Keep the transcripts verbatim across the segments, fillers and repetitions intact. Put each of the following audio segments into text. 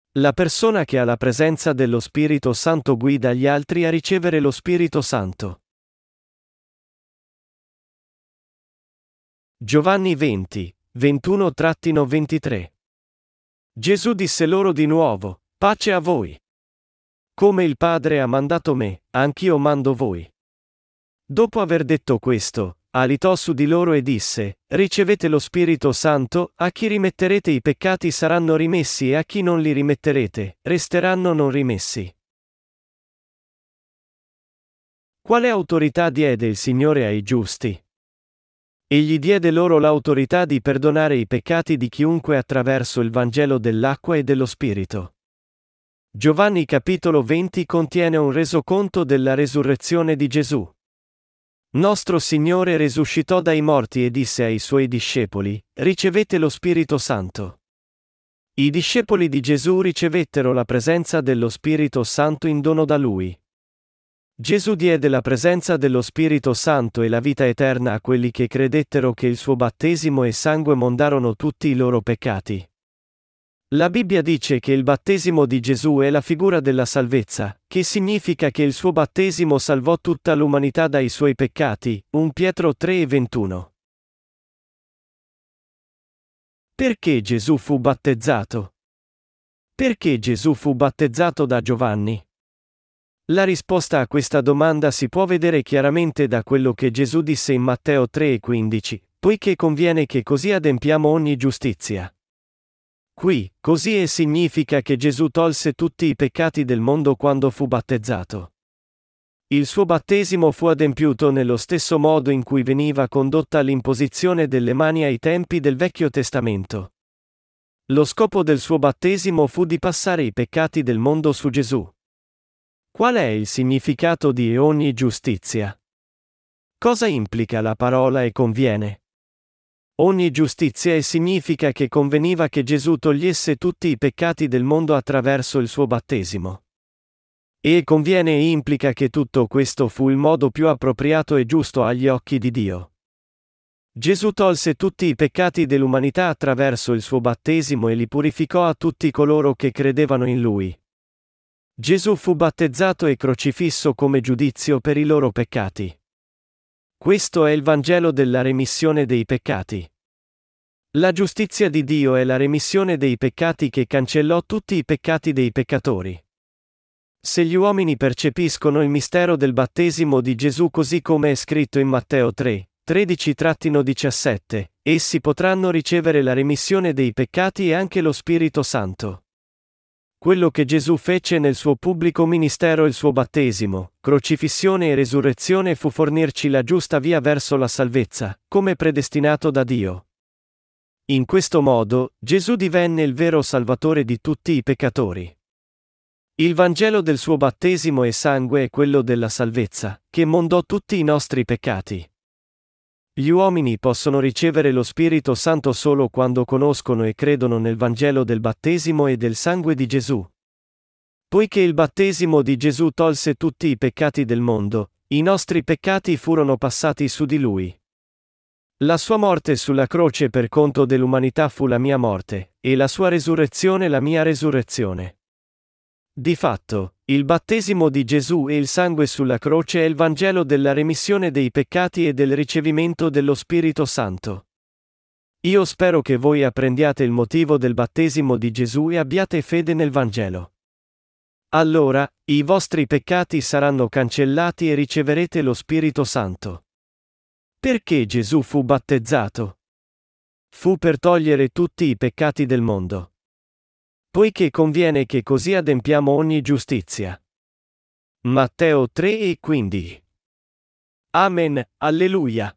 La persona che ha la presenza dello Spirito Santo guida gli altri a ricevere lo Spirito Santo. Giovanni venti, ventuno ventitré. Gesù disse loro di nuovo: pace a voi. Come il Padre ha mandato me, anch'io mando voi. Dopo aver detto questo, alitò su di loro e disse: ricevete lo Spirito Santo, a chi rimetterete i peccati saranno rimessi e a chi non li rimetterete, resteranno non rimessi. Quale autorità diede il Signore ai giusti? Egli diede loro l'autorità di perdonare i peccati di chiunque attraverso il Vangelo dell'acqua e dello Spirito. Giovanni capitolo venti contiene un resoconto della resurrezione di Gesù. Nostro Signore risuscitò dai morti e disse ai Suoi discepoli: ricevete lo Spirito Santo. I discepoli di Gesù ricevettero la presenza dello Spirito Santo in dono da Lui. Gesù diede la presenza dello Spirito Santo e la vita eterna a quelli che credettero che il suo battesimo e sangue mondarono tutti i loro peccati. La Bibbia dice che il battesimo di Gesù è la figura della salvezza, che significa che il suo battesimo salvò tutta l'umanità dai suoi peccati, primo Pietro tre ventuno. Perché Gesù fu battezzato? Perché Gesù fu battezzato da Giovanni? La risposta a questa domanda si può vedere chiaramente da quello che Gesù disse in Matteo tre quindici, poiché conviene che così adempiamo ogni giustizia. Qui, così è significa che Gesù tolse tutti i peccati del mondo quando fu battezzato. Il suo battesimo fu adempiuto nello stesso modo in cui veniva condotta l'imposizione delle mani ai tempi del Vecchio Testamento. Lo scopo del suo battesimo fu di passare i peccati del mondo su Gesù. Qual è il significato di ogni giustizia? Cosa implica la parola e conviene? Ogni giustizia e significa che conveniva che Gesù togliesse tutti i peccati del mondo attraverso il suo battesimo. E conviene e implica che tutto questo fu il modo più appropriato e giusto agli occhi di Dio. Gesù tolse tutti i peccati dell'umanità attraverso il suo battesimo e li purificò a tutti coloro che credevano in Lui. Gesù fu battezzato e crocifisso come giudizio per i loro peccati. Questo è il Vangelo della remissione dei peccati. La giustizia di Dio è la remissione dei peccati che cancellò tutti i peccati dei peccatori. Se gli uomini percepiscono il mistero del battesimo di Gesù così come è scritto in Matteo tre, tredici diciassette, essi potranno ricevere la remissione dei peccati e anche lo Spirito Santo. Quello che Gesù fece nel suo pubblico ministero, il suo battesimo, crocifissione e resurrezione, fu fornirci la giusta via verso la salvezza, come predestinato da Dio. In questo modo, Gesù divenne il vero Salvatore di tutti i peccatori. Il Vangelo del suo battesimo e sangue è quello della salvezza, che mondò tutti i nostri peccati. Gli uomini possono ricevere lo Spirito Santo solo quando conoscono e credono nel Vangelo del battesimo e del sangue di Gesù. Poiché il battesimo di Gesù tolse tutti i peccati del mondo, i nostri peccati furono passati su di Lui. La sua morte sulla croce per conto dell'umanità fu la mia morte, e la sua resurrezione la mia resurrezione. Di fatto, il battesimo di Gesù e il sangue sulla croce è il Vangelo della remissione dei peccati e del ricevimento dello Spirito Santo. Io spero che voi apprendiate il motivo del battesimo di Gesù e abbiate fede nel Vangelo. Allora, i vostri peccati saranno cancellati e riceverete lo Spirito Santo. Perché Gesù fu battezzato? Fu per togliere tutti i peccati del mondo. Poiché conviene che così adempiamo ogni giustizia. Matteo tre quindici. Amen, alleluia.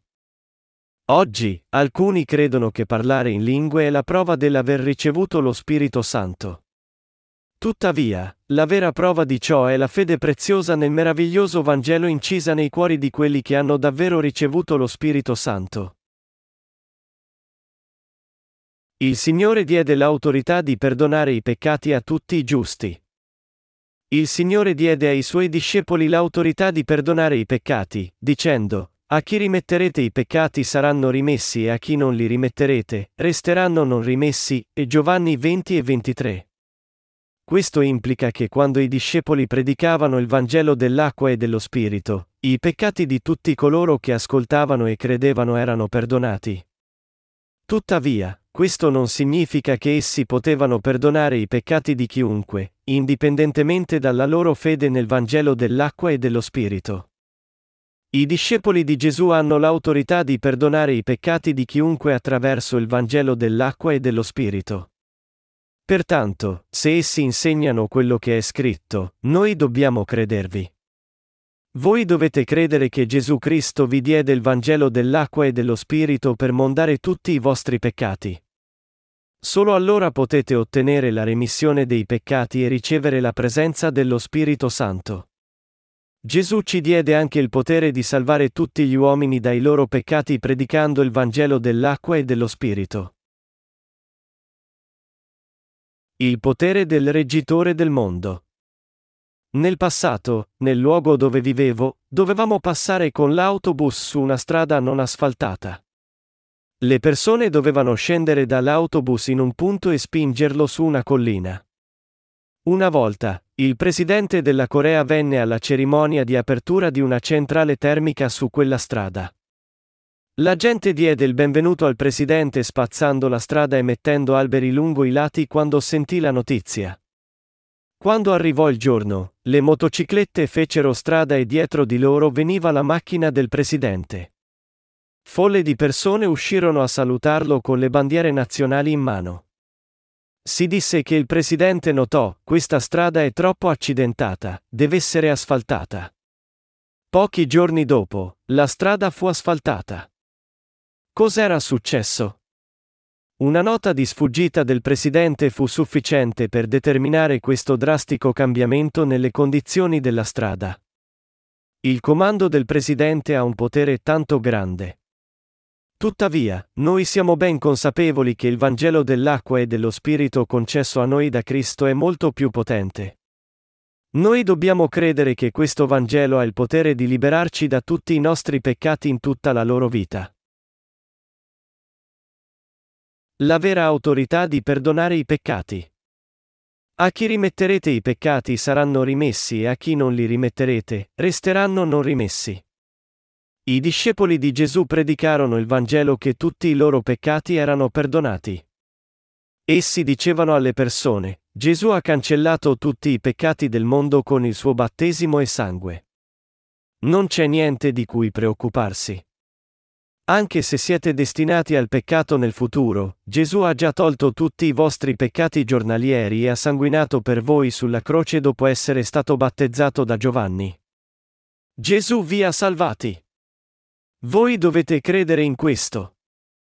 Oggi, alcuni credono che parlare in lingue è la prova dell'aver ricevuto lo Spirito Santo. Tuttavia, la vera prova di ciò è la fede preziosa nel meraviglioso Vangelo incisa nei cuori di quelli che hanno davvero ricevuto lo Spirito Santo. Il Signore diede l'autorità di perdonare i peccati a tutti i giusti. Il Signore diede ai Suoi discepoli l'autorità di perdonare i peccati, dicendo: a chi rimetterete i peccati saranno rimessi e a chi non li rimetterete, resteranno non rimessi, e Giovanni venti e ventitré. Questo implica che quando i discepoli predicavano il Vangelo dell'acqua e dello Spirito, i peccati di tutti coloro che ascoltavano e credevano erano perdonati. Tuttavia, questo non significa che essi potevano perdonare i peccati di chiunque, indipendentemente dalla loro fede nel Vangelo dell'acqua e dello Spirito. I discepoli di Gesù hanno l'autorità di perdonare i peccati di chiunque attraverso il Vangelo dell'acqua e dello Spirito. Pertanto, se essi insegnano quello che è scritto, noi dobbiamo credervi. Voi dovete credere che Gesù Cristo vi diede il Vangelo dell'acqua e dello Spirito per mondare tutti i vostri peccati. Solo allora potete ottenere la remissione dei peccati e ricevere la presenza dello Spirito Santo. Gesù ci diede anche il potere di salvare tutti gli uomini dai loro peccati predicando il Vangelo dell'acqua e dello Spirito. Il potere del reggitore del mondo. Nel passato, nel luogo dove vivevo, dovevamo passare con l'autobus su una strada non asfaltata. Le persone dovevano scendere dall'autobus in un punto e spingerlo su una collina. Una volta, il presidente della Corea venne alla cerimonia di apertura di una centrale termica su quella strada. La gente diede il benvenuto al presidente spazzando la strada e mettendo alberi lungo i lati quando sentì la notizia. Quando arrivò il giorno, le motociclette fecero strada e dietro di loro veniva la macchina del presidente. Folle di persone uscirono a salutarlo con le bandiere nazionali in mano. Si disse che il presidente notò: questa strada è troppo accidentata, deve essere asfaltata. Pochi giorni dopo, la strada fu asfaltata. Cos'era successo? Una nota di sfuggita del presidente fu sufficiente per determinare questo drastico cambiamento nelle condizioni della strada. Il comando del presidente ha un potere tanto grande. Tuttavia, noi siamo ben consapevoli che il Vangelo dell'acqua e dello Spirito concesso a noi da Cristo è molto più potente. Noi dobbiamo credere che questo Vangelo ha il potere di liberarci da tutti i nostri peccati in tutta la loro vita. La vera autorità di perdonare i peccati. A chi rimetterete i peccati saranno rimessi e a chi non li rimetterete, resteranno non rimessi. I discepoli di Gesù predicarono il Vangelo che tutti i loro peccati erano perdonati. Essi dicevano alle persone: Gesù ha cancellato tutti i peccati del mondo con il suo battesimo e sangue. Non c'è niente di cui preoccuparsi. Anche se siete destinati al peccato nel futuro, Gesù ha già tolto tutti i vostri peccati giornalieri e ha sanguinato per voi sulla croce dopo essere stato battezzato da Giovanni. Gesù vi ha salvati. Voi dovete credere in questo.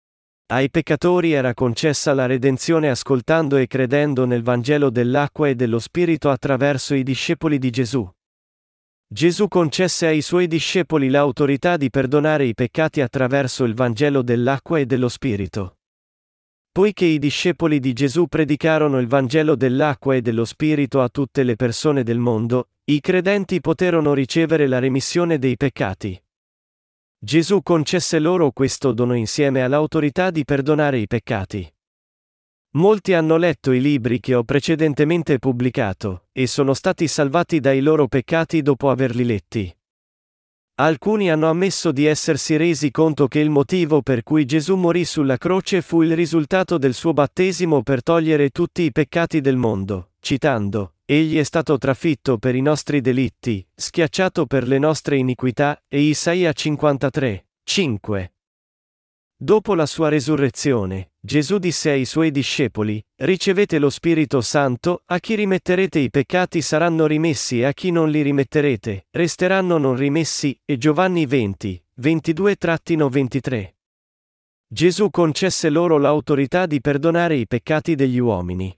Ai peccatori era concessa la redenzione ascoltando e credendo nel Vangelo dell'acqua e dello Spirito attraverso i discepoli di Gesù. Gesù concesse ai suoi discepoli l'autorità di perdonare i peccati attraverso il Vangelo dell'acqua e dello Spirito. Poiché i discepoli di Gesù predicarono il Vangelo dell'acqua e dello Spirito a tutte le persone del mondo, i credenti poterono ricevere la remissione dei peccati. Gesù concesse loro questo dono insieme all'autorità di perdonare i peccati. Molti hanno letto i libri che ho precedentemente pubblicato, e sono stati salvati dai loro peccati dopo averli letti. Alcuni hanno ammesso di essersi resi conto che il motivo per cui Gesù morì sulla croce fu il risultato del suo battesimo per togliere tutti i peccati del mondo, citando: Egli è stato trafitto per i nostri delitti, schiacciato per le nostre iniquità, e Isaia cinquantatré, cinque. Dopo la sua resurrezione, Gesù disse ai suoi discepoli: Ricevete lo Spirito Santo, a chi rimetterete i peccati saranno rimessi e a chi non li rimetterete, resteranno non rimessi, e Giovanni venti, ventidue ventitré. Gesù concesse loro l'autorità di perdonare i peccati degli uomini.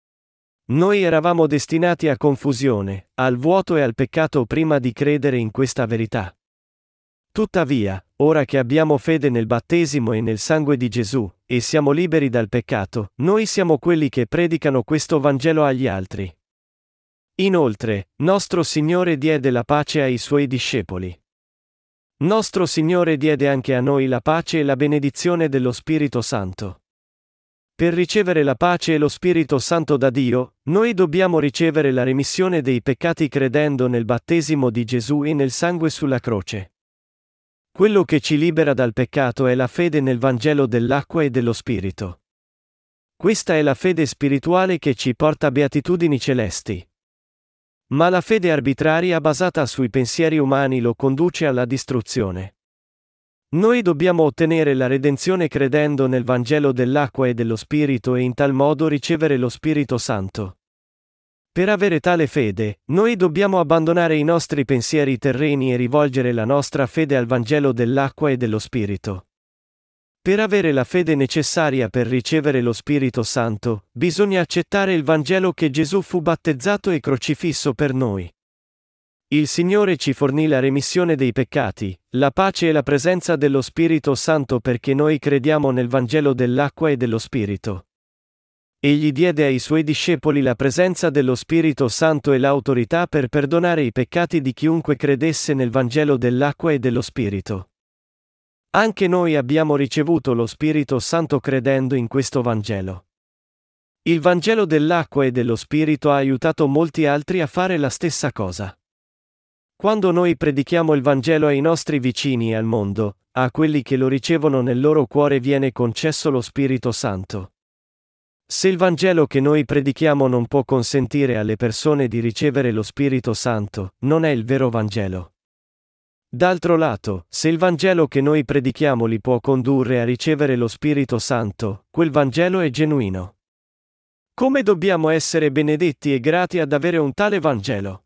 Noi eravamo destinati a confusione, al vuoto e al peccato prima di credere in questa verità. Tuttavia, ora che abbiamo fede nel battesimo e nel sangue di Gesù, e siamo liberi dal peccato, noi siamo quelli che predicano questo Vangelo agli altri. Inoltre, nostro Signore diede la pace ai Suoi discepoli. Nostro Signore diede anche a noi la pace e la benedizione dello Spirito Santo. Per ricevere la pace e lo Spirito Santo da Dio, noi dobbiamo ricevere la remissione dei peccati credendo nel battesimo di Gesù e nel sangue sulla croce. Quello che ci libera dal peccato è la fede nel Vangelo dell'acqua e dello Spirito. Questa è la fede spirituale che ci porta a beatitudini celesti. Ma la fede arbitraria basata sui pensieri umani lo conduce alla distruzione. Noi dobbiamo ottenere la redenzione credendo nel Vangelo dell'acqua e dello Spirito e in tal modo ricevere lo Spirito Santo. Per avere tale fede, noi dobbiamo abbandonare i nostri pensieri terreni e rivolgere la nostra fede al Vangelo dell'acqua e dello Spirito. Per avere la fede necessaria per ricevere lo Spirito Santo, bisogna accettare il Vangelo che Gesù fu battezzato e crocifisso per noi. Il Signore ci fornì la remissione dei peccati, la pace e la presenza dello Spirito Santo perché noi crediamo nel Vangelo dell'acqua e dello Spirito. Egli diede ai Suoi discepoli la presenza dello Spirito Santo e l'autorità per perdonare i peccati di chiunque credesse nel Vangelo dell'acqua e dello Spirito. Anche noi abbiamo ricevuto lo Spirito Santo credendo in questo Vangelo. Il Vangelo dell'acqua e dello Spirito ha aiutato molti altri a fare la stessa cosa. Quando noi predichiamo il Vangelo ai nostri vicini e al mondo, a quelli che lo ricevono nel loro cuore viene concesso lo Spirito Santo. Se il Vangelo che noi predichiamo non può consentire alle persone di ricevere lo Spirito Santo, non è il vero Vangelo. D'altro lato, se il Vangelo che noi predichiamo li può condurre a ricevere lo Spirito Santo, quel Vangelo è genuino. Come dobbiamo essere benedetti e grati ad avere un tale Vangelo?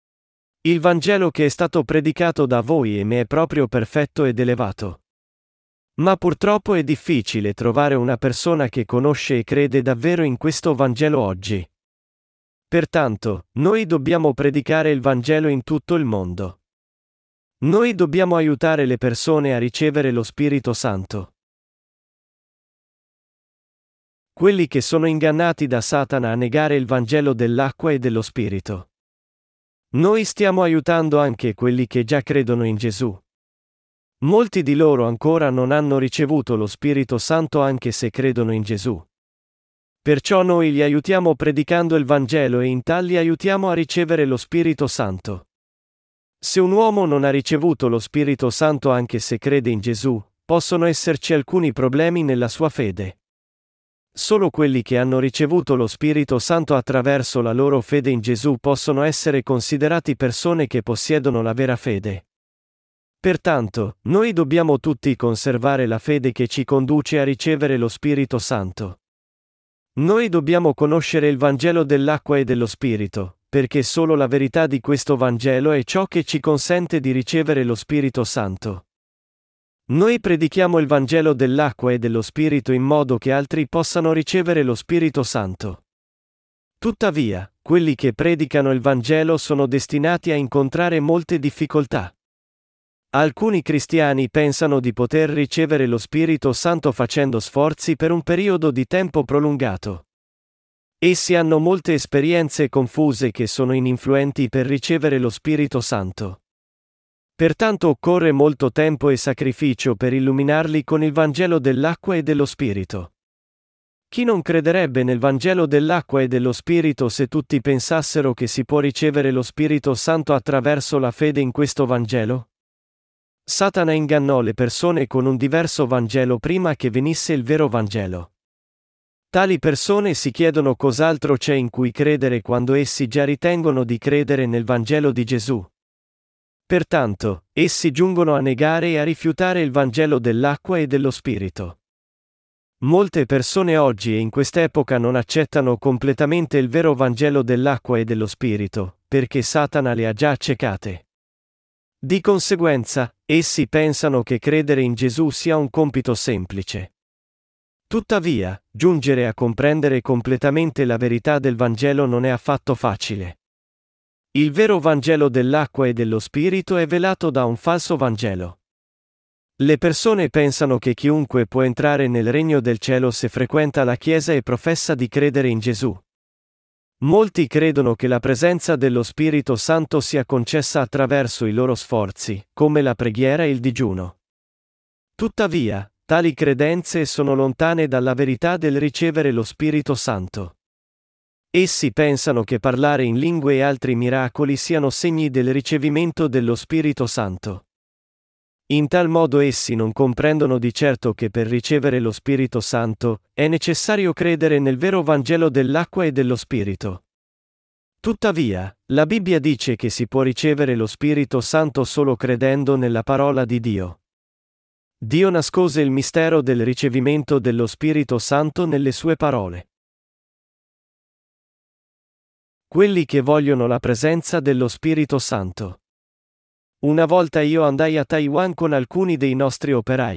Il Vangelo che è stato predicato da voi e me è proprio perfetto ed elevato. Ma purtroppo è difficile trovare una persona che conosce e crede davvero in questo Vangelo oggi. Pertanto, noi dobbiamo predicare il Vangelo in tutto il mondo. Noi dobbiamo aiutare le persone a ricevere lo Spirito Santo. Quelli che sono ingannati da Satana a negare il Vangelo dell'acqua e dello Spirito. Noi stiamo aiutando anche quelli che già credono in Gesù. Molti di loro ancora non hanno ricevuto lo Spirito Santo anche se credono in Gesù. Perciò noi li aiutiamo predicando il Vangelo e in tal li aiutiamo a ricevere lo Spirito Santo. Se un uomo non ha ricevuto lo Spirito Santo anche se crede in Gesù, possono esserci alcuni problemi nella sua fede. Solo quelli che hanno ricevuto lo Spirito Santo attraverso la loro fede in Gesù possono essere considerati persone che possiedono la vera fede. Pertanto, noi dobbiamo tutti conservare la fede che ci conduce a ricevere lo Spirito Santo. Noi dobbiamo conoscere il Vangelo dell'acqua e dello Spirito, perché solo la verità di questo Vangelo è ciò che ci consente di ricevere lo Spirito Santo. Noi predichiamo il Vangelo dell'acqua e dello Spirito in modo che altri possano ricevere lo Spirito Santo. Tuttavia, quelli che predicano il Vangelo sono destinati a incontrare molte difficoltà. Alcuni cristiani pensano di poter ricevere lo Spirito Santo facendo sforzi per un periodo di tempo prolungato. Essi hanno molte esperienze confuse che sono ininfluenti per ricevere lo Spirito Santo. Pertanto occorre molto tempo e sacrificio per illuminarli con il Vangelo dell'acqua e dello Spirito. Chi non crederebbe nel Vangelo dell'acqua e dello Spirito se tutti pensassero che si può ricevere lo Spirito Santo attraverso la fede in questo Vangelo? Satana ingannò le persone con un diverso Vangelo prima che venisse il vero Vangelo. Tali persone si chiedono cos'altro c'è in cui credere quando essi già ritengono di credere nel Vangelo di Gesù. Pertanto, essi giungono a negare e a rifiutare il Vangelo dell'acqua e dello Spirito. Molte persone oggi e in quest'epoca non accettano completamente il vero Vangelo dell'acqua e dello Spirito, perché Satana le ha già accecate. Di conseguenza, essi pensano che credere in Gesù sia un compito semplice. Tuttavia, giungere a comprendere completamente la verità del Vangelo non è affatto facile. Il vero Vangelo dell'acqua e dello Spirito è velato da un falso Vangelo. Le persone pensano che chiunque può entrare nel regno del cielo se frequenta la Chiesa e professa di credere in Gesù. Molti credono che la presenza dello Spirito Santo sia concessa attraverso i loro sforzi, come la preghiera e il digiuno. Tuttavia, Tali credenze sono lontane dalla verità del ricevere lo Spirito Santo. Essi pensano che parlare in lingue e altri miracoli siano segni del ricevimento dello Spirito Santo. In tal modo essi non comprendono di certo che per ricevere lo Spirito Santo è necessario credere nel vero Vangelo dell'acqua e dello Spirito. Tuttavia, la Bibbia dice che si può ricevere lo Spirito Santo solo credendo nella parola di Dio. Dio nascose il mistero del ricevimento dello Spirito Santo nelle sue parole. Quelli che vogliono la presenza dello Spirito Santo. Una volta io andai a Taiwan con alcuni dei nostri operai.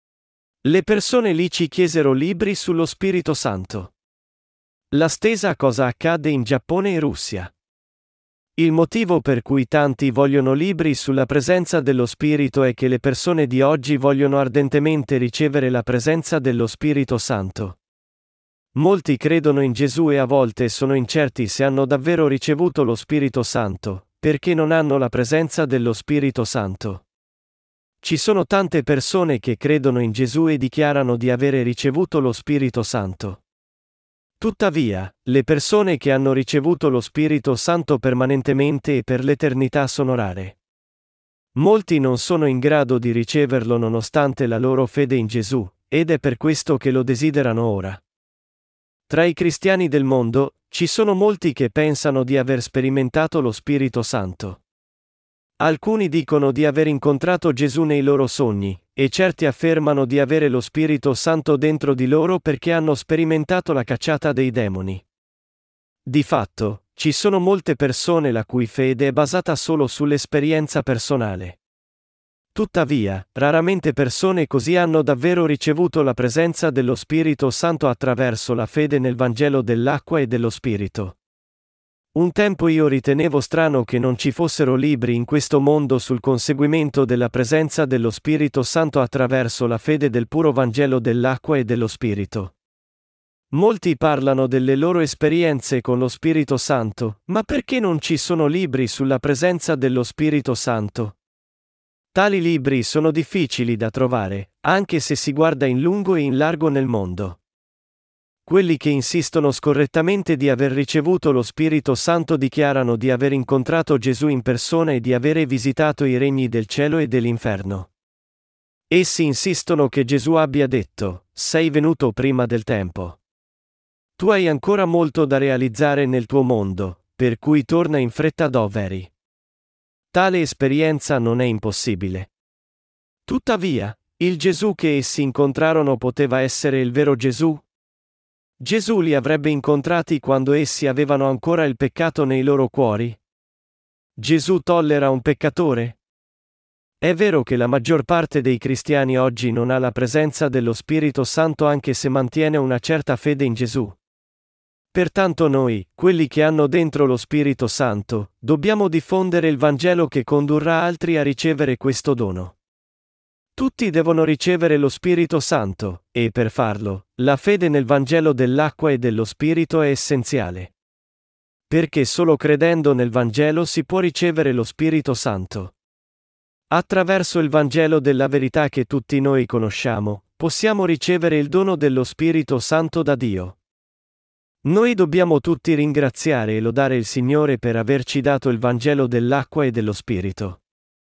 Le persone lì ci chiesero libri sullo Spirito Santo. La stessa cosa accade in Giappone e Russia. Il motivo per cui tanti vogliono libri sulla presenza dello Spirito è che le persone di oggi vogliono ardentemente ricevere la presenza dello Spirito Santo. Molti credono in Gesù e a volte sono incerti se hanno davvero ricevuto lo Spirito Santo, perché non hanno la presenza dello Spirito Santo. Ci sono tante persone che credono in Gesù e dichiarano di avere ricevuto lo Spirito Santo. Tuttavia, le persone che hanno ricevuto lo Spirito Santo permanentemente e per l'eternità sono rare. Molti non sono in grado di riceverlo nonostante la loro fede in Gesù, ed è per questo che lo desiderano ora. Tra i cristiani del mondo, ci sono molti che pensano di aver sperimentato lo Spirito Santo. Alcuni dicono di aver incontrato Gesù nei loro sogni, e certi affermano di avere lo Spirito Santo dentro di loro perché hanno sperimentato la cacciata dei demoni. Di fatto, ci sono molte persone la cui fede è basata solo sull'esperienza personale. Tuttavia, raramente persone così hanno davvero ricevuto la presenza dello Spirito Santo attraverso la fede nel Vangelo dell'acqua e dello Spirito. Un tempo io ritenevo strano che non ci fossero libri in questo mondo sul conseguimento della presenza dello Spirito Santo attraverso la fede del puro Vangelo dell'acqua e dello Spirito. Molti parlano delle loro esperienze con lo Spirito Santo, ma perché non ci sono libri sulla presenza dello Spirito Santo? Tali libri sono difficili da trovare, anche se si guarda in lungo e in largo nel mondo. Quelli che insistono scorrettamente di aver ricevuto lo Spirito Santo dichiarano di aver incontrato Gesù in persona e di avere visitato i regni del cielo e dell'inferno. Essi insistono che Gesù abbia detto: "Sei venuto prima del tempo. Tu hai ancora molto da realizzare nel tuo mondo, per cui torna in fretta dove eri." Tale esperienza non è impossibile. Tuttavia, il Gesù che essi incontrarono poteva essere il vero Gesù? Gesù li avrebbe incontrati quando essi avevano ancora il peccato nei loro cuori? Gesù tollera un peccatore? È vero che la maggior parte dei cristiani oggi non ha la presenza dello Spirito Santo anche se mantiene una certa fede in Gesù. Pertanto noi, quelli che hanno dentro lo Spirito Santo, dobbiamo diffondere il Vangelo che condurrà altri a ricevere questo dono. Tutti devono ricevere lo Spirito Santo, e per farlo, la fede nel Vangelo dell'acqua e dello Spirito è essenziale. Perché solo credendo nel Vangelo si può ricevere lo Spirito Santo. Attraverso il Vangelo della verità che tutti noi conosciamo, possiamo ricevere il dono dello Spirito Santo da Dio. Noi dobbiamo tutti ringraziare e lodare il Signore per averci dato il Vangelo dell'acqua e dello Spirito.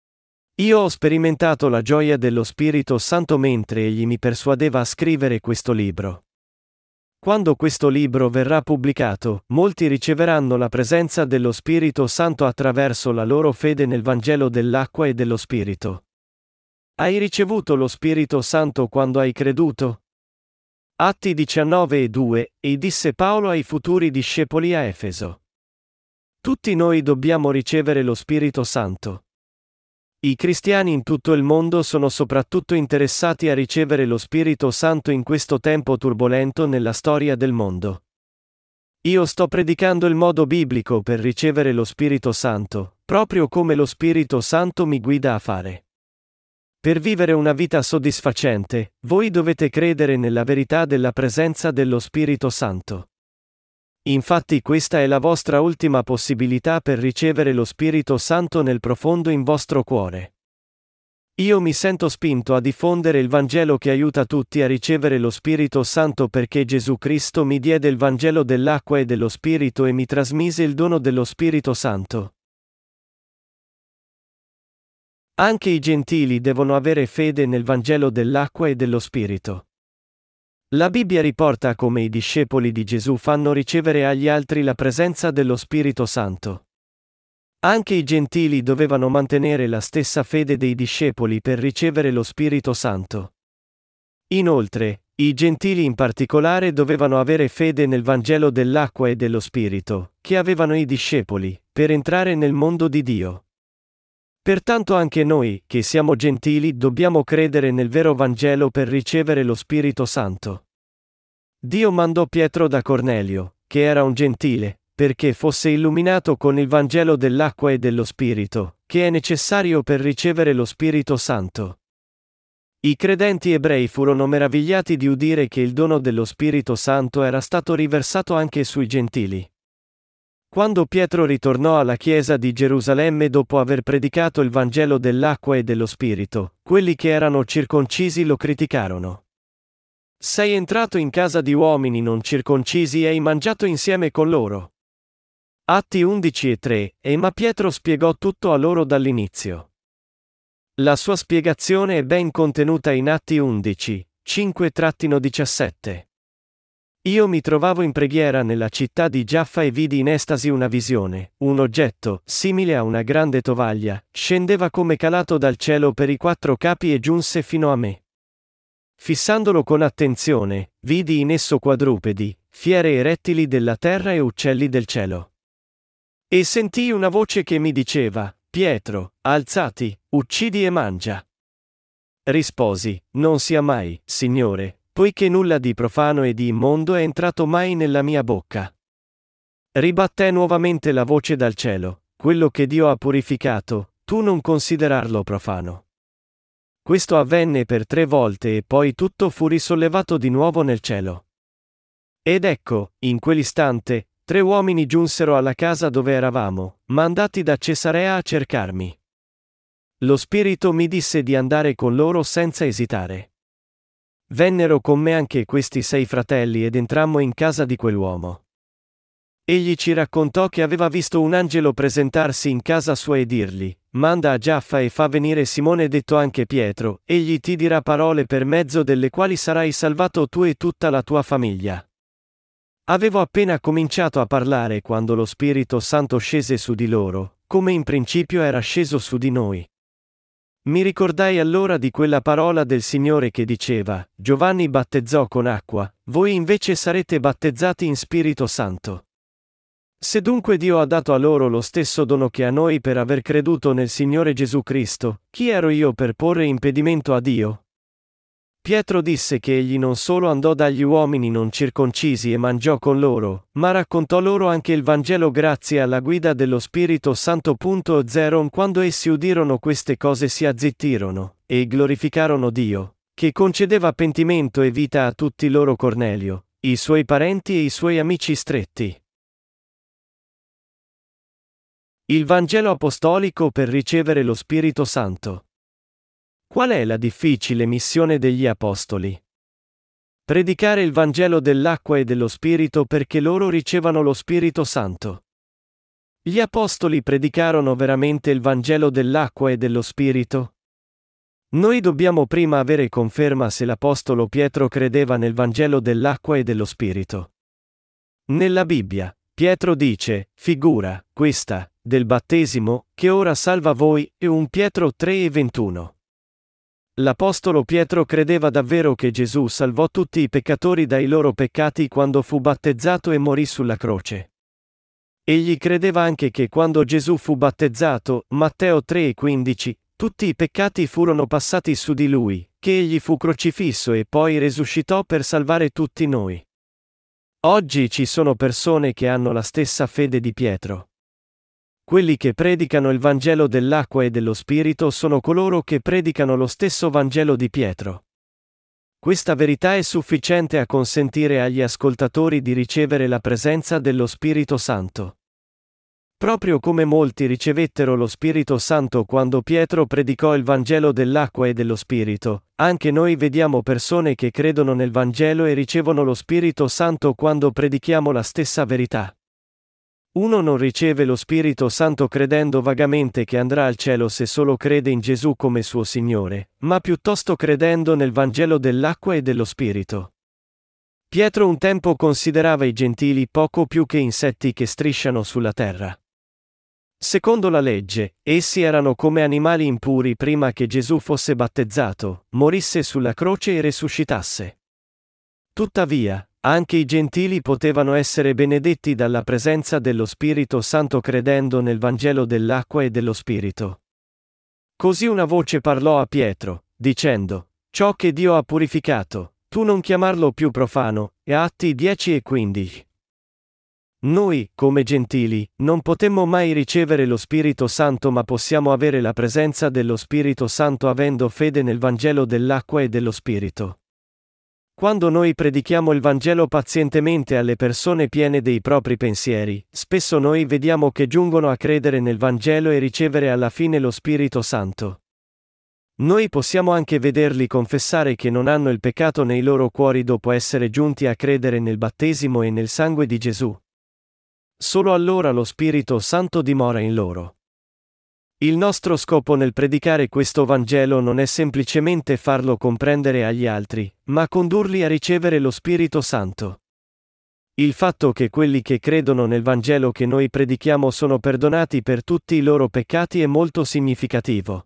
Io ho sperimentato la gioia dello Spirito Santo mentre Egli mi persuadeva a scrivere questo libro. Quando questo libro verrà pubblicato, molti riceveranno la presenza dello Spirito Santo attraverso la loro fede nel Vangelo dell'acqua e dello Spirito. Hai ricevuto lo Spirito Santo quando hai creduto? Atti diciannove e due, e disse Paolo ai futuri discepoli a Efeso. Tutti noi dobbiamo ricevere lo Spirito Santo. I cristiani in tutto il mondo sono soprattutto interessati a ricevere lo Spirito Santo in questo tempo turbolento nella storia del mondo. Io sto predicando il modo biblico per ricevere lo Spirito Santo, proprio come lo Spirito Santo mi guida a fare. Per vivere una vita soddisfacente, voi dovete credere nella verità della presenza dello Spirito Santo. Infatti questa è la vostra ultima possibilità per ricevere lo Spirito Santo nel profondo in vostro cuore. Io mi sento spinto a diffondere il Vangelo che aiuta tutti a ricevere lo Spirito Santo perché Gesù Cristo mi diede il Vangelo dell'acqua e dello Spirito e mi trasmise il dono dello Spirito Santo. Anche i gentili devono avere fede nel Vangelo dell'acqua e dello Spirito. La Bibbia riporta come i discepoli di Gesù fanno ricevere agli altri la presenza dello Spirito Santo. Anche i gentili dovevano mantenere la stessa fede dei discepoli per ricevere lo Spirito Santo. Inoltre, i gentili in particolare dovevano avere fede nel Vangelo dell'acqua e dello Spirito, che avevano i discepoli, per entrare nel mondo di Dio. Pertanto anche noi, che siamo gentili, dobbiamo credere nel vero Vangelo per ricevere lo Spirito Santo. Dio mandò Pietro da Cornelio, che era un gentile, perché fosse illuminato con il Vangelo dell'acqua e dello Spirito, che è necessario per ricevere lo Spirito Santo. I credenti ebrei furono meravigliati di udire che il dono dello Spirito Santo era stato riversato anche sui gentili. Quando Pietro ritornò alla chiesa di Gerusalemme dopo aver predicato il Vangelo dell'acqua e dello Spirito, quelli che erano circoncisi lo criticarono. Sei entrato in casa di uomini non circoncisi e hai mangiato insieme con loro. Atti undici e tre, e ma Pietro spiegò tutto a loro dall'inizio. La sua spiegazione è ben contenuta in Atti undici, cinque diciassette. Io mi trovavo in preghiera nella città di Giaffa e vidi in estasi una visione, un oggetto, simile a una grande tovaglia, scendeva come calato dal cielo per i quattro capi e giunse fino a me. Fissandolo con attenzione, vidi in esso quadrupedi, fiere e rettili della terra e uccelli del cielo. E sentii una voce che mi diceva: Pietro, alzati, uccidi e mangia. Risposi: non sia mai, Signore, poiché nulla di profano e di immondo è entrato mai nella mia bocca. Ribatté nuovamente la voce dal cielo: quello che Dio ha purificato, tu non considerarlo profano. Questo avvenne per tre volte e poi tutto fu risollevato di nuovo nel cielo. Ed ecco, in quell'istante, tre uomini giunsero alla casa dove eravamo, mandati da Cesarea a cercarmi. Lo Spirito mi disse di andare con loro senza esitare. Vennero con me anche questi sei fratelli ed entrammo in casa di quell'uomo. Egli ci raccontò che aveva visto un angelo presentarsi in casa sua e dirgli: manda a Giaffa e fa venire Simone detto anche Pietro, egli ti dirà parole per mezzo delle quali sarai salvato tu e tutta la tua famiglia. Avevo appena cominciato a parlare quando lo Spirito Santo scese su di loro, come in principio era sceso su di noi. Mi ricordai allora di quella parola del Signore che diceva: Giovanni battezzò con acqua, voi invece sarete battezzati in Spirito Santo. Se dunque Dio ha dato a loro lo stesso dono che a noi per aver creduto nel Signore Gesù Cristo, chi ero io per porre impedimento a Dio? Pietro disse che egli non solo andò dagli uomini non circoncisi e mangiò con loro, ma raccontò loro anche il Vangelo grazie alla guida dello Spirito Santo. zero Quando essi udirono queste cose si azzittirono, e glorificarono Dio, che concedeva pentimento e vita a tutti loro Cornelio, i suoi parenti e i suoi amici stretti. Il Vangelo apostolico per ricevere lo Spirito Santo. Qual è la difficile missione degli apostoli? Predicare il Vangelo dell'acqua e dello Spirito perché loro ricevano lo Spirito Santo. Gli apostoli predicarono veramente il Vangelo dell'acqua e dello Spirito? Noi dobbiamo prima avere conferma se l'apostolo Pietro credeva nel Vangelo dell'acqua e dello Spirito. Nella Bibbia, Pietro dice, figura, questa, del battesimo, che ora salva voi, e un Pietro tre e ventuno. L'apostolo Pietro credeva davvero che Gesù salvò tutti i peccatori dai loro peccati quando fu battezzato e morì sulla croce. Egli credeva anche che quando Gesù fu battezzato, Matteo tre e quindici, tutti i peccati furono passati su di lui, che egli fu crocifisso e poi risuscitò per salvare tutti noi. Oggi ci sono persone che hanno la stessa fede di Pietro. Quelli che predicano il Vangelo dell'acqua e dello Spirito sono coloro che predicano lo stesso Vangelo di Pietro. Questa verità è sufficiente a consentire agli ascoltatori di ricevere la presenza dello Spirito Santo. Proprio come molti ricevettero lo Spirito Santo quando Pietro predicò il Vangelo dell'acqua e dello Spirito, anche noi vediamo persone che credono nel Vangelo e ricevono lo Spirito Santo quando predichiamo la stessa verità. Uno non riceve lo Spirito Santo credendo vagamente che andrà al cielo se solo crede in Gesù come suo Signore, ma piuttosto credendo nel Vangelo dell'acqua e dello Spirito. Pietro un tempo considerava i gentili poco più che insetti che strisciano sulla terra. Secondo la legge, essi erano come animali impuri prima che Gesù fosse battezzato, morisse sulla croce e resuscitasse. Tuttavia, anche i gentili potevano essere benedetti dalla presenza dello Spirito Santo credendo nel Vangelo dell'acqua e dello Spirito. Così una voce parlò a Pietro, dicendo: «Ciò che Dio ha purificato, tu non chiamarlo più profano». E Atti dieci e quindici. Noi, come gentili, non potemmo mai ricevere lo Spirito Santo, ma possiamo avere la presenza dello Spirito Santo avendo fede nel Vangelo dell'acqua e dello Spirito. Quando noi predichiamo il Vangelo pazientemente alle persone piene dei propri pensieri, spesso noi vediamo che giungono a credere nel Vangelo e ricevere alla fine lo Spirito Santo. Noi possiamo anche vederli confessare che non hanno il peccato nei loro cuori dopo essere giunti a credere nel battesimo e nel sangue di Gesù. Solo allora lo Spirito Santo dimora in loro. Il nostro scopo nel predicare questo Vangelo non è semplicemente farlo comprendere agli altri, ma condurli a ricevere lo Spirito Santo. Il fatto che quelli che credono nel Vangelo che noi predichiamo sono perdonati per tutti i loro peccati è molto significativo.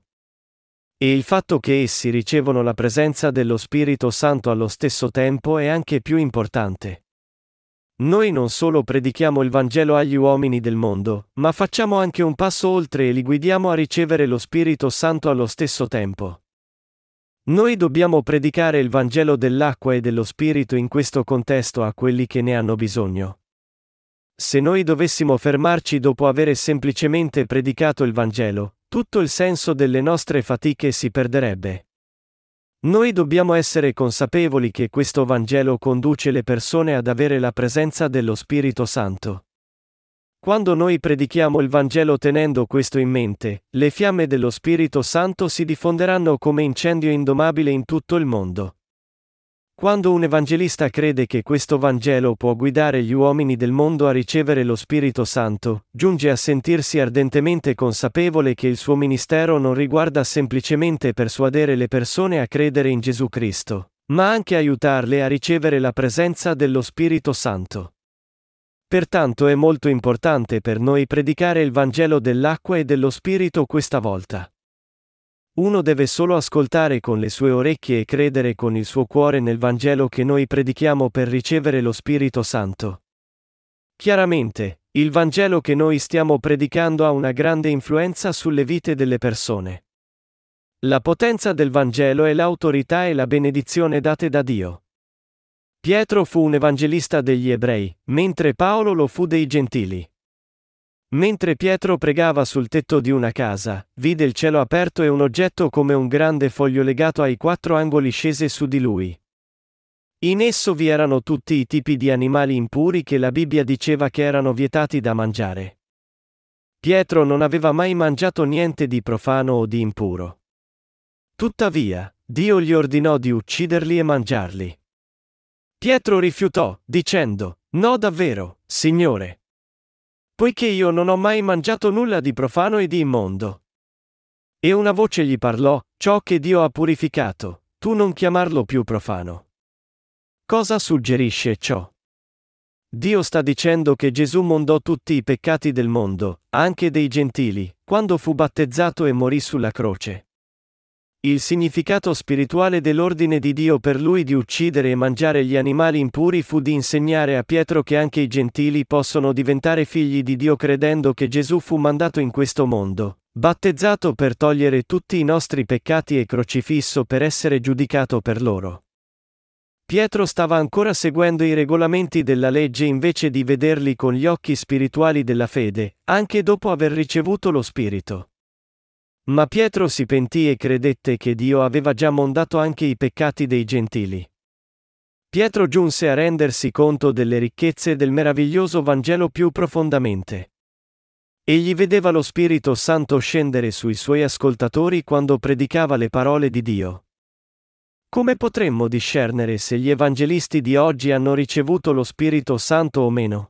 E il fatto che essi ricevono la presenza dello Spirito Santo allo stesso tempo è anche più importante. Noi non solo predichiamo il Vangelo agli uomini del mondo, ma facciamo anche un passo oltre e li guidiamo a ricevere lo Spirito Santo allo stesso tempo. Noi dobbiamo predicare il Vangelo dell'acqua e dello Spirito in questo contesto a quelli che ne hanno bisogno. Se noi dovessimo fermarci dopo avere semplicemente predicato il Vangelo, tutto il senso delle nostre fatiche si perderebbe. Noi dobbiamo essere consapevoli che questo Vangelo conduce le persone ad avere la presenza dello Spirito Santo. Quando noi predichiamo il Vangelo tenendo questo in mente, le fiamme dello Spirito Santo si diffonderanno come incendio indomabile in tutto il mondo. Quando un evangelista crede che questo Vangelo può guidare gli uomini del mondo a ricevere lo Spirito Santo, giunge a sentirsi ardentemente consapevole che il suo ministero non riguarda semplicemente persuadere le persone a credere in Gesù Cristo, ma anche aiutarle a ricevere la presenza dello Spirito Santo. Pertanto è molto importante per noi predicare il Vangelo dell'acqua e dello Spirito questa volta. Uno deve solo ascoltare con le sue orecchie e credere con il suo cuore nel Vangelo che noi predichiamo per ricevere lo Spirito Santo. Chiaramente, il Vangelo che noi stiamo predicando ha una grande influenza sulle vite delle persone. La potenza del Vangelo è l'autorità e la benedizione date da Dio. Pietro fu un evangelista degli ebrei, mentre Paolo lo fu dei gentili. Mentre Pietro pregava sul tetto di una casa, vide il cielo aperto e un oggetto come un grande foglio legato ai quattro angoli scese su di lui. In esso vi erano tutti i tipi di animali impuri che la Bibbia diceva che erano vietati da mangiare. Pietro non aveva mai mangiato niente di profano o di impuro. Tuttavia, Dio gli ordinò di ucciderli e mangiarli. Pietro rifiutò, dicendo: «No davvero, Signore. Poiché io non ho mai mangiato nulla di profano e di immondo». E una voce gli parlò: «Ciò che Dio ha purificato, tu non chiamarlo più profano». Cosa suggerisce ciò? Dio sta dicendo che Gesù mondò tutti i peccati del mondo, anche dei gentili, quando fu battezzato e morì sulla croce. Il significato spirituale dell'ordine di Dio per lui di uccidere e mangiare gli animali impuri fu di insegnare a Pietro che anche i gentili possono diventare figli di Dio credendo che Gesù fu mandato in questo mondo, battezzato per togliere tutti i nostri peccati e crocifisso per essere giudicato per loro. Pietro stava ancora seguendo i regolamenti della legge invece di vederli con gli occhi spirituali della fede, anche dopo aver ricevuto lo Spirito. Ma Pietro si pentì e credette che Dio aveva già mondato anche i peccati dei gentili. Pietro giunse a rendersi conto delle ricchezze del meraviglioso Vangelo più profondamente. Egli vedeva lo Spirito Santo scendere sui suoi ascoltatori quando predicava le parole di Dio. Come potremmo discernere se gli evangelisti di oggi hanno ricevuto lo Spirito Santo o meno?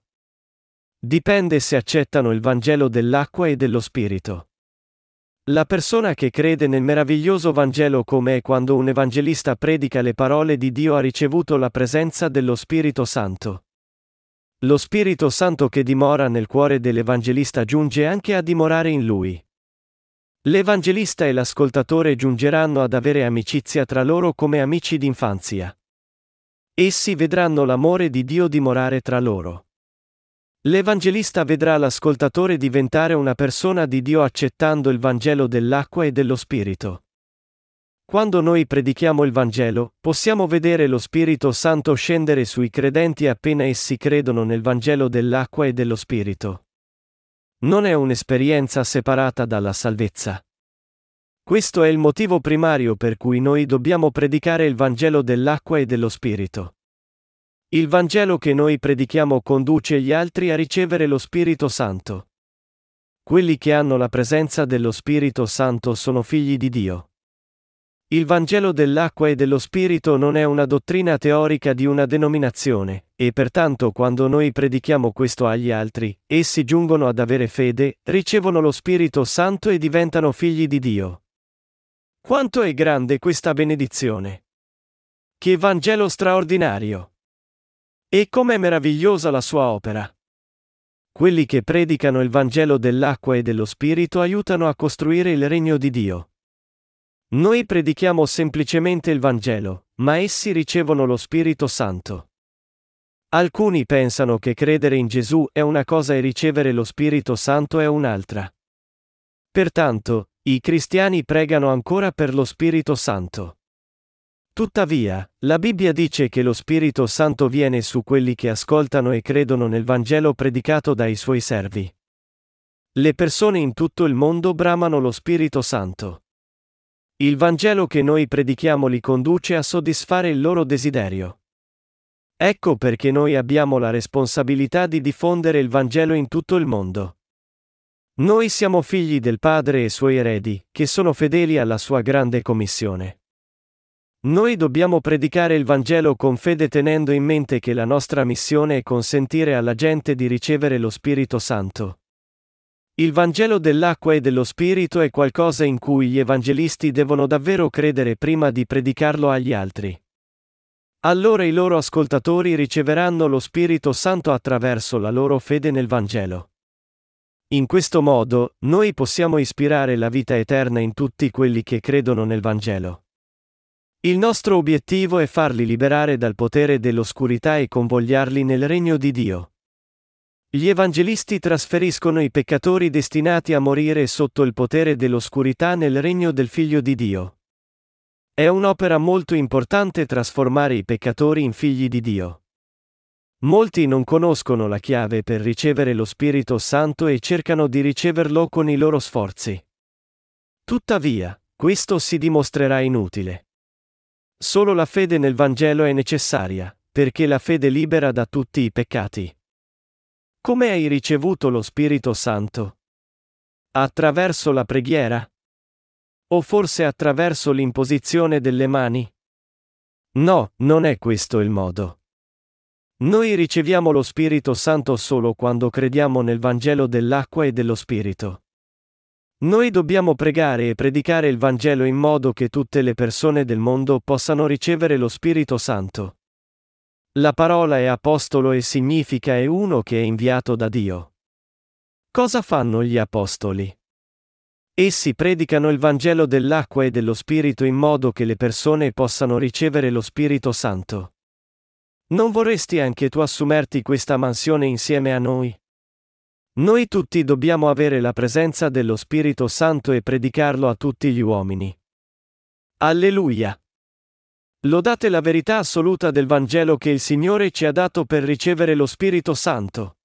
Dipende se accettano il Vangelo dell'acqua e dello Spirito. La persona che crede nel meraviglioso Vangelo come è quando un evangelista predica le parole di Dio ha ricevuto la presenza dello Spirito Santo. Lo Spirito Santo che dimora nel cuore dell'evangelista giunge anche a dimorare in lui. L'evangelista e l'ascoltatore giungeranno ad avere amicizia tra loro come amici d'infanzia. Essi vedranno l'amore di Dio dimorare tra loro. L'evangelista vedrà l'ascoltatore diventare una persona di Dio accettando il Vangelo dell'acqua e dello Spirito. Quando noi predichiamo il Vangelo, possiamo vedere lo Spirito Santo scendere sui credenti appena essi credono nel Vangelo dell'acqua e dello Spirito. Non è un'esperienza separata dalla salvezza. Questo è il motivo primario per cui noi dobbiamo predicare il Vangelo dell'acqua e dello Spirito. Il Vangelo che noi predichiamo conduce gli altri a ricevere lo Spirito Santo. Quelli che hanno la presenza dello Spirito Santo sono figli di Dio. Il Vangelo dell'acqua e dello Spirito non è una dottrina teorica di una denominazione, e pertanto quando noi predichiamo questo agli altri, essi giungono ad avere fede, ricevono lo Spirito Santo e diventano figli di Dio. Quanto è grande questa benedizione! Che Vangelo straordinario! E com'è meravigliosa la sua opera! Quelli che predicano il Vangelo dell'acqua e dello Spirito aiutano a costruire il regno di Dio. Noi predichiamo semplicemente il Vangelo, ma essi ricevono lo Spirito Santo. Alcuni pensano che credere in Gesù è una cosa e ricevere lo Spirito Santo è un'altra. Pertanto, i cristiani pregano ancora per lo Spirito Santo. Tuttavia, la Bibbia dice che lo Spirito Santo viene su quelli che ascoltano e credono nel Vangelo predicato dai suoi servi. Le persone in tutto il mondo bramano lo Spirito Santo. Il Vangelo che noi predichiamo li conduce a soddisfare il loro desiderio. Ecco perché noi abbiamo la responsabilità di diffondere il Vangelo in tutto il mondo. Noi siamo figli del Padre e suoi eredi, che sono fedeli alla sua grande commissione. Noi dobbiamo predicare il Vangelo con fede tenendo in mente che la nostra missione è consentire alla gente di ricevere lo Spirito Santo. Il Vangelo dell'acqua e dello Spirito è qualcosa in cui gli evangelisti devono davvero credere prima di predicarlo agli altri. Allora i loro ascoltatori riceveranno lo Spirito Santo attraverso la loro fede nel Vangelo. In questo modo, noi possiamo ispirare la vita eterna in tutti quelli che credono nel Vangelo. Il nostro obiettivo è farli liberare dal potere dell'oscurità e convogliarli nel regno di Dio. Gli evangelisti trasferiscono i peccatori destinati a morire sotto il potere dell'oscurità nel regno del Figlio di Dio. È un'opera molto importante trasformare i peccatori in figli di Dio. Molti non conoscono la chiave per ricevere lo Spirito Santo e cercano di riceverlo con i loro sforzi. Tuttavia, questo si dimostrerà inutile. Solo la fede nel Vangelo è necessaria, perché la fede libera da tutti i peccati. Come hai ricevuto lo Spirito Santo? Attraverso la preghiera? O forse attraverso l'imposizione delle mani? No, non è questo il modo. Noi riceviamo lo Spirito Santo solo quando crediamo nel Vangelo dell'acqua e dello Spirito. Noi dobbiamo pregare e predicare il Vangelo in modo che tutte le persone del mondo possano ricevere lo Spirito Santo. La parola è apostolo e significa è uno che è inviato da Dio. Cosa fanno gli apostoli? Essi predicano il Vangelo dell'acqua e dello Spirito in modo che le persone possano ricevere lo Spirito Santo. Non vorresti anche tu assumerti questa mansione insieme a noi? Noi tutti dobbiamo avere la presenza dello Spirito Santo e predicarlo a tutti gli uomini. Alleluia! Lodate la verità assoluta del Vangelo che il Signore ci ha dato per ricevere lo Spirito Santo.